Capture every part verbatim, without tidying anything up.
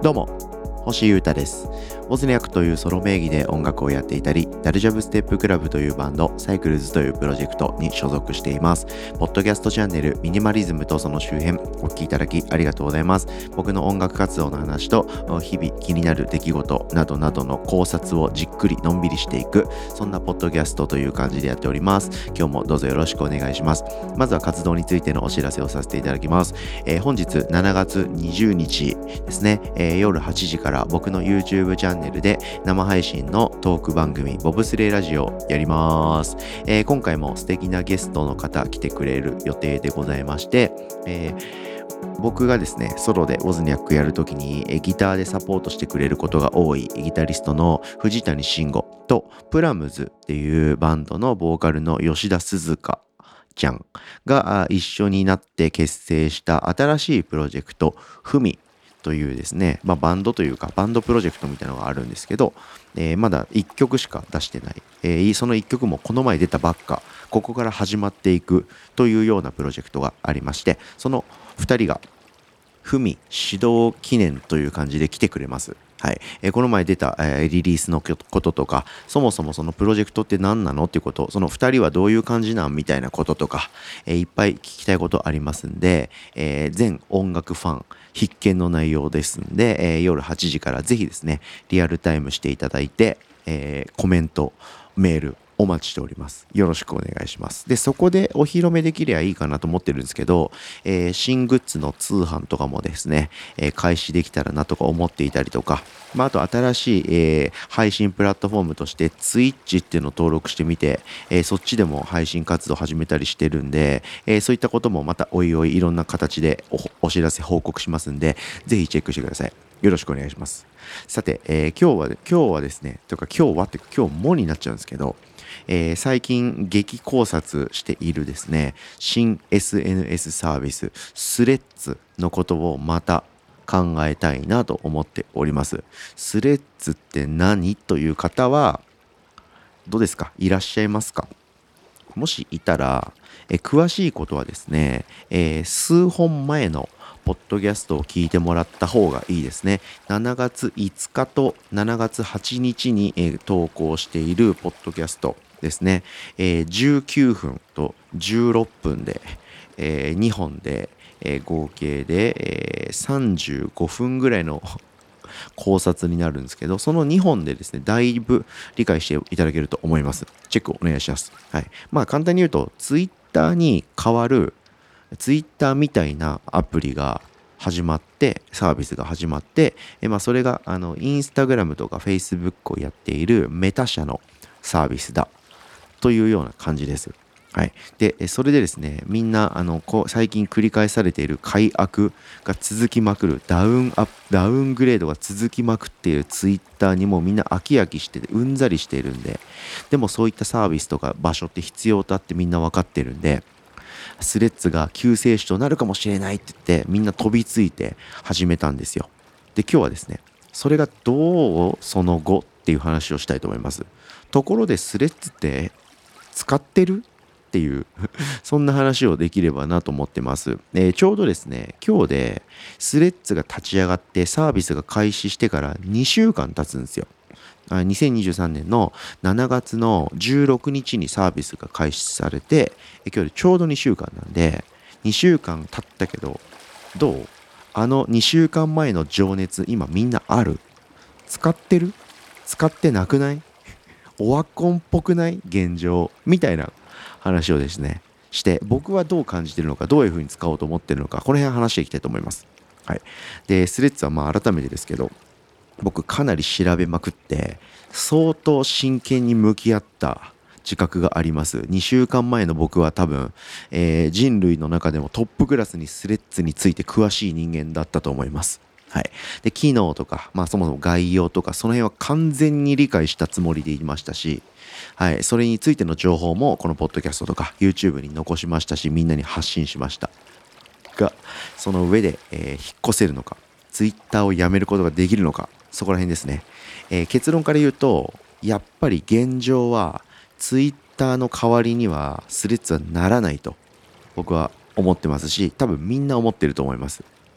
どうも、星優太です。オズニャクというソロ名義で音楽をやっていたり、ダルジャブステップクラブというバンド、サイクルズというプロジェクトに所属しています。ポッドキャストチャンネル、ミニマリズムとその周辺、お聞きいただきありがとうございます。僕の音楽活動の話と、日々気になる出来事などなどの考察をじっくりのんびりしていく、そんなポッドキャストという感じでやっております。今日もどうぞよろしくお願いします。まずは活動についてのお知らせをさせていただきます。えー、本日しちがつにじゅうにちですね、えー、夜はちじから僕の YouTube チャンネルで生配信のトーク番組ボブスレーラジオをやります。えー、今回も素敵なゲストの方来てくれる予定でございまして、えー、僕がですねソロでウォズニャックやるときにえギターでサポートしてくれることが多いギタリストの藤谷慎吾とプラムズっていうバンドのボーカルの吉田鈴香ちゃんが一緒になって結成した新しいプロジェクトふみというですね、まあ、バンドというかバンドプロジェクトみたいなのがあるんですけど、えー、まだいっきょくしか出してない、えー、そのいっきょくもこの前出たばっか、ここから始まっていくというようなプロジェクトがありまして、そのふたりがふみ指導記念という感じで来てくれます。はい、えー、この前出た、えー、リリースのこととか、そもそもそのプロジェクトって何なのっていうこと、そのふたりはどういう感じなんみたいなこととか、えー、いっぱい聞きたいことありますんで、えー、全音楽ファン必見の内容ですんで、えー、夜はちじからぜひですねリアルタイムしていただいて、えー、コメントメールお待ちしております。よろしくお願いします。で、そこでお披露目できればいいかなと思ってるんですけど、えー、新グッズの通販とかもですね、えー、開始できたらなとか思っていたりとか、まあ、あと新しい、えー、配信プラットフォームとして Twitch っていうのを登録してみて、えー、そっちでも配信活動始めたりしてるんで、えー、そういったこともまたおいおいいろんな形で お, お知らせ報告しますんで、ぜひチェックしてください。よろしくお願いします。さて、えー、今日は今日はですね、とか今日はって今日もになっちゃうんですけど、えー、最近激考察しているですね新 エスエヌエス サービススレッズのことをまた考えたいなと思っております。スレッズって何という方はどうですか？いらっしゃいますか？もしいたら、え詳しいことはですね、えー、数本前のポッドキャストを聞いてもらった方がいいですね。しちがついつかとしちがつはちにちに、えー、投稿しているポッドキャストですね。えー、じゅうきゅうふんとじゅうろっぷんで、えー、にほんで、えー、合計で、えー、さんじゅうごふんぐらいの考察になるんですけど、そのにほんでですね、だいぶ理解していただけると思います。チェックお願いします。はい。まあ簡単に言うと、ツイッターに代わるツイッターみたいなアプリが始まって、サービスが始まって、えまあそれがあのインスタグラムとかフェイスブックをやっているメタ社のサービスだというような感じです。はい、でそれでですね、みんなあのこう最近繰り返されている改悪が続きまくる、ダウンアップダウングレードが続きまくっているツイッターにもみんな飽き飽きしててうんざりしているんで、でもそういったサービスとか場所って必要とあってみんな分かってるんで、スレッズが救世主となるかもしれないって言ってみんな飛びついて始めたんですよ。で今日はですね、それがどうその後っていう話をしたいと思います。ところでスレッズって使ってるっていうそんな話をできればなと思ってます。えー、ちょうどですね今日でスレッズが立ち上がってサービスが開始してからにしゅうかん経つんですよ。にせんにじゅうさんねんのしちがつのじゅうろくにちにサービスが開始されて、今日でちょうどにしゅうかんなんで、にしゅうかん経ったけどどう？あのにしゅうかんまえの情熱今みんなある？使ってる？使ってなくない？オワコンっぽくない？現状みたいな話をですねして、僕はどう感じてるのか、どういう風に使おうと思ってるのか、この辺話していきたいと思います。はい。でスレッズはまあ改めてですけど、僕かなり調べまくって相当真剣に向き合った自覚があります。にしゅうかんまえの僕は多分、えー、人類の中でもトップクラスにスレッズについて詳しい人間だったと思います。はい、で機能とか、まあ、そもそも概要とかその辺は完全に理解したつもりでいましたし、はい、それについての情報もこのポッドキャストとか YouTube に残しましたし、みんなに発信しましたが、その上で、えー、引っ越せるのか、Twitter をやめることができるのか、そこら辺ですね。えー、結論から言うと、やっぱり現状はツイッターの代わりにはスレッズはならないと僕は思ってますし、多分みんな思ってると思います。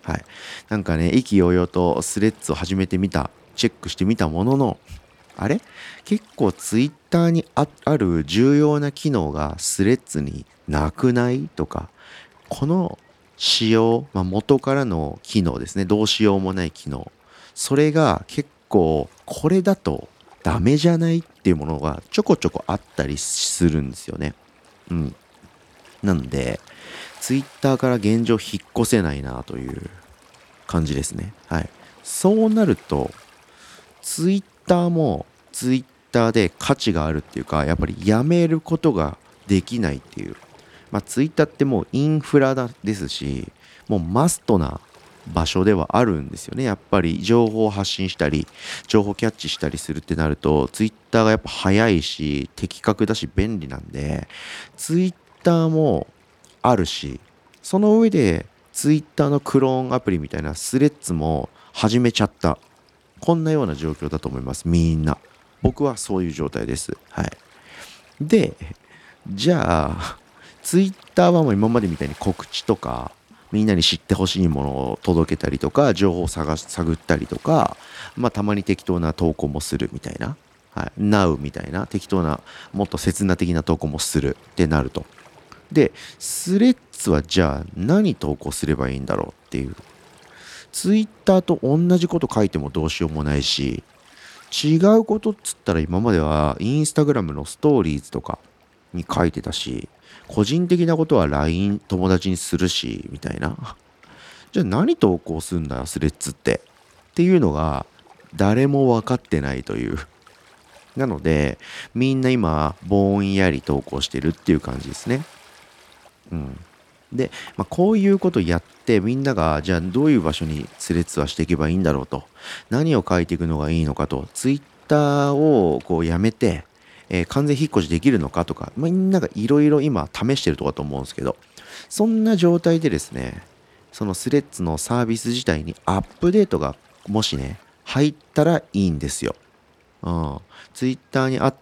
はい。なんかね、意気揚々とスレッズを始めてみた、チェックしてみたものの、あれ結構ツイッターにあ、ある重要な機能がスレッズになくないとか、この仕様、まあ、元からの機能ですね。どうしようもない機能。それが結構これだとダメじゃないっていうものがちょこちょこあったりするんですよね。うん。なので、ツイッターから現状引っ越せないなという感じですね。はい。そうなると、ツイッターもツイッターで価値があるっていうか、やっぱりやめることができないっていう。まあ、ツイッターってもうインフラだですし、もうマストな場所ではあるんですよね。やっぱり情報を発信したり、情報キャッチしたりするってなると、ツイッターがやっぱ早いし、的確だし便利なんで、ツイッターもあるし、その上でツイッターのクローンアプリみたいなスレッズも始めちゃった。こんなような状況だと思います。みんな。僕はそういう状態です。はい。で、じゃあ、ツイッターはもう今までみたいに告知とか、みんなに知ってほしいものを届けたりとか、情報を探し探ったりとか、まあたまに適当な投稿もするみたいな。はい。Now みたいな適当な、もっと切な的な投稿もするってなると。で、スレッズはじゃあ何投稿すればいいんだろうっていう。ツイッターと同じこと書いてもどうしようもないし、違うことっつったら今まではインスタグラムのストーリーズとかに書いてたし、個人的なことは ライン 友達にするし、みたいな。じゃあ何投稿すんだよ、スレッズって。っていうのが誰も分かってないという。なので、みんな今、ぼんやり投稿してるっていう感じですね。うん。で、まあ、こういうことやってみんながじゃあどういう場所にスレッズはしていけばいいんだろうと、何を書いていくのがいいのかと、ツイッターをこうやめて、えー完全引っ越しできるのかとか、まあみんながいろいろ今試してるとかと思うんですけど、そんな状態でですね、そのスレッズのサービス自体にアップデートがもしね入ったらいいんですよ。うん、ツイッターにあって、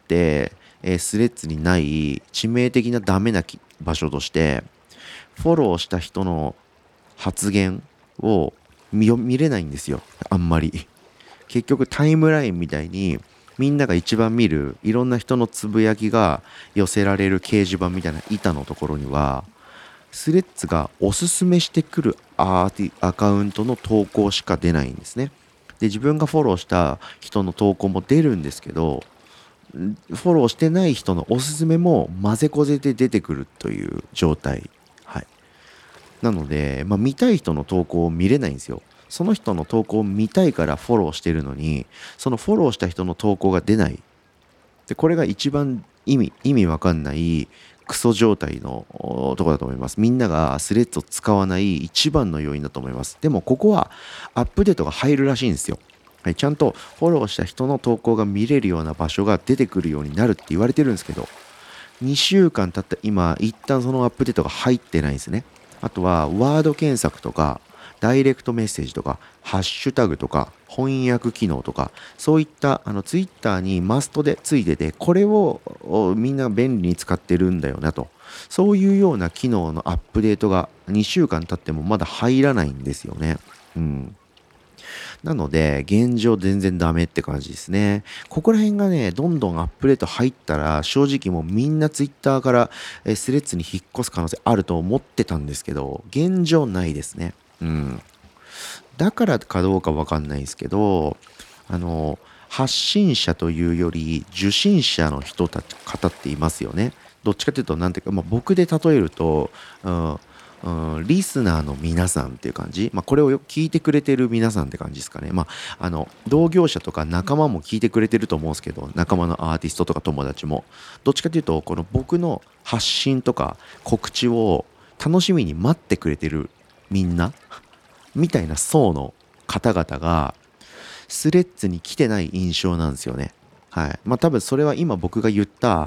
えースレッズにない致命的なダメなき場所として、フォローした人の発言を見よ見れないんですよ。あんまり。結局タイムラインみたいにみんなが一番見るいろんな人のつぶやきが寄せられる掲示板みたいな板のところには、スレッズがおすすめしてくるアーティアカウントの投稿しか出ないんですね。で、自分がフォローした人の投稿も出るんですけど、フォローしてない人のおすすめも混ぜこぜで出てくるという状態。はい。なので、まあ、見たい人の投稿を見れないんですよ。その人の投稿を見たいからフォローしてるのに、そのフォローした人の投稿が出ない。で、これが一番意味、意味わかんないクソ状態のおところだと思います。みんながスレッズを使わない一番の要因だと思います。でも、ここはアップデートが入るらしいんですよ。はい、ちゃんとフォローした人の投稿が見れるような場所が出てくるようになるって言われてるんですけど、にしゅうかん経った今、一旦そのアップデートが入ってないんですね。あとは、ワード検索とか、ダイレクトメッセージとか、ハッシュタグとか、翻訳機能とか、そういったあのツイッターにマストでついてて、これをおみんな便利に使ってるんだよなと。そういうような機能のアップデートがにしゅうかん経ってもまだ入らないんですよね。うん。なので、現状全然ダメって感じですね。ここら辺がね、どんどんアップデート入ったら、正直もうみんなツイッターからえースレッズに引っ越す可能性あると思ってたんですけど、現状ないですね。うん。だからかどうかわかんないですけど、あの、発信者というより受信者の人たち、方っていますよね。どっちかというと、なんていうか、まあ、僕で例えると、うん、うん、リスナーの皆さんっていう感じ。まあ、これをよく聞いてくれてる皆さんって感じですかね。まあ、あの、同業者とか仲間も聞いてくれてると思うんですけど、仲間のアーティストとか友達も。どっちかというと、この僕の発信とか告知を楽しみに待ってくれてるみんなみたいな層の方々がスレッズに来てない印象なんですよね。はい。まあ多分それは今僕が言った、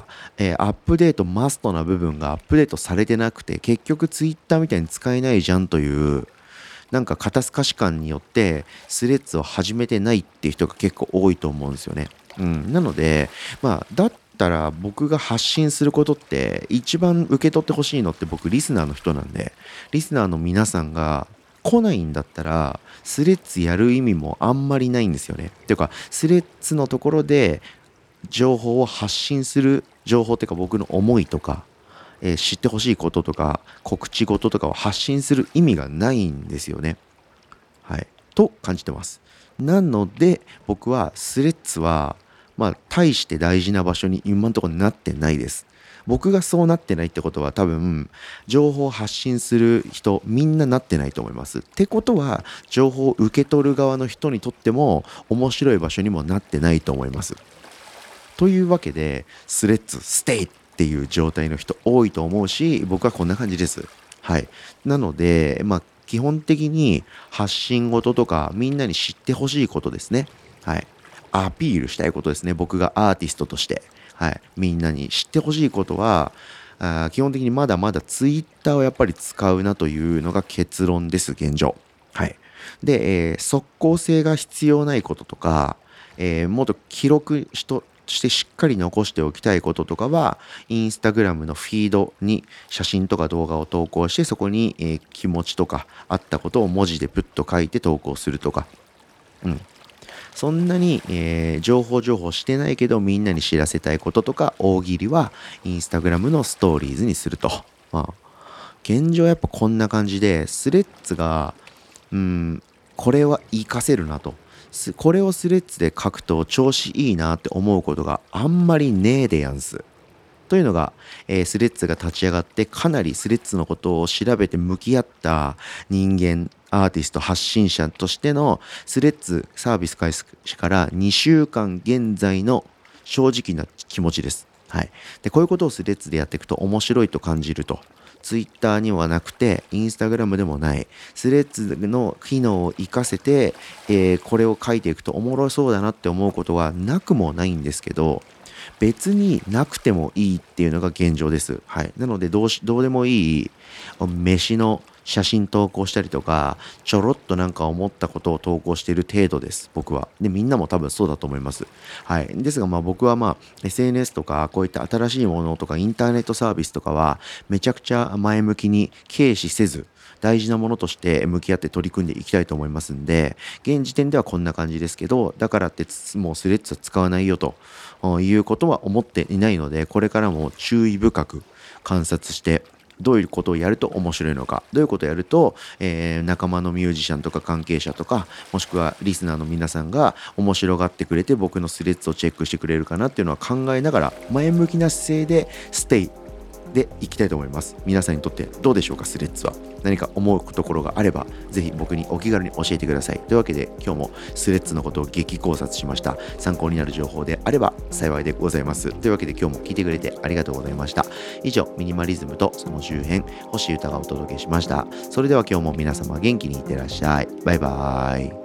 えーアップデートマストな部分がアップデートされてなくて、結局ツイッターみたいに使えないじゃんという、なんか肩透かし感によってスレッズを始めてないっていう人が結構多いと思うんですよね。うん。なので、まあだったら僕が発信することって一番受け取ってほしいのって僕リスナーの人なんで、リスナーの皆さんが来ないんだったらスレッズやる意味もあんまりないんですよね。ていうかスレッズのところで情報を発信する情報っていうか僕の思いとか、えー知ってほしいこととか告知事とかを発信する意味がないんですよね。はい。と感じてます。なので僕はスレッズはまあ大して大事な場所に今のところなってないです。僕がそうなってないってことは多分情報を発信する人みんななってないと思います。ってことは情報を受け取る側の人にとっても面白い場所にもなってないと思います。というわけでスレッズステイっていう状態の人多いと思うし、僕はこんな感じです。はい。なのでまあ基本的に発信事とかみんなに知ってほしいことですね。はい。アピールしたいことですね。僕がアーティストとして、はい、みんなに知ってほしいことは、あー基本的にまだまだツイッターをやっぱり使うなというのが結論です、現状。はい。で、えー即効性が必要ないこととか、えーもっと記録しとしてしっかり残しておきたいこととかは、インスタグラムのフィードに写真とか動画を投稿して、そこに、えー気持ちとかあったことを文字でプッと書いて投稿するとか、うん、そんなに、えー情報情報してないけどみんなに知らせたいこととか大喜利はインスタグラムのストーリーズにすると。まあ、現状やっぱこんな感じでスレッズが、うん、これは活かせるなと。すこれをスレッズで書くと調子いいなって思うことがあんまりねえでやんす。というのが、えースレッズが立ち上がってかなりスレッズのことを調べて向き合った人間、アーティスト、発信者としてのスレッズサービス開始からにしゅうかん現在の正直な気持ちです。はい。で、こういうことをスレッズでやっていくと面白いと感じると。ツイッターにはなくて、インスタグラムでもない、スレッズの機能を活かせて、えーこれを書いていくとおもろそうだなって思うことはなくもないんですけど、別になくてもいいっていうのが現状です。はい。なのでどうし、どうでもいい飯の写真投稿したりとか、ちょろっとなんか思ったことを投稿している程度です、僕は。で、みんなも多分そうだと思います。はい。ですが、まあ僕はまあ エスエヌエス とかこういった新しいものとかインターネットサービスとかはめちゃくちゃ前向きに軽視せず、大事なものとして向き合って取り組んでいきたいと思いますんで、現時点ではこんな感じですけど、だからってつもうスレッズは使わないよということは思っていないので、これからも注意深く観察して、どういうことをやると面白いのか、どういうことをやると、えー仲間のミュージシャンとか関係者とか、もしくはリスナーの皆さんが面白がってくれて僕のスレッズをチェックしてくれるかなっていうのは考えながら、前向きな姿勢でステイでいきたいと思います。皆さんにとってどうでしょうか、スレッズは。何か思うところがあれば、ぜひ僕にお気軽に教えてください。というわけで、今日もスレッズのことを激考察しました。参考になる情報であれば幸いでございます。というわけで、今日も聞いてくれてありがとうございました。以上、ミニマリズムとその周辺、星歌がお届けしました。それでは今日も皆様元気にいってらっしゃい。バイバーイ。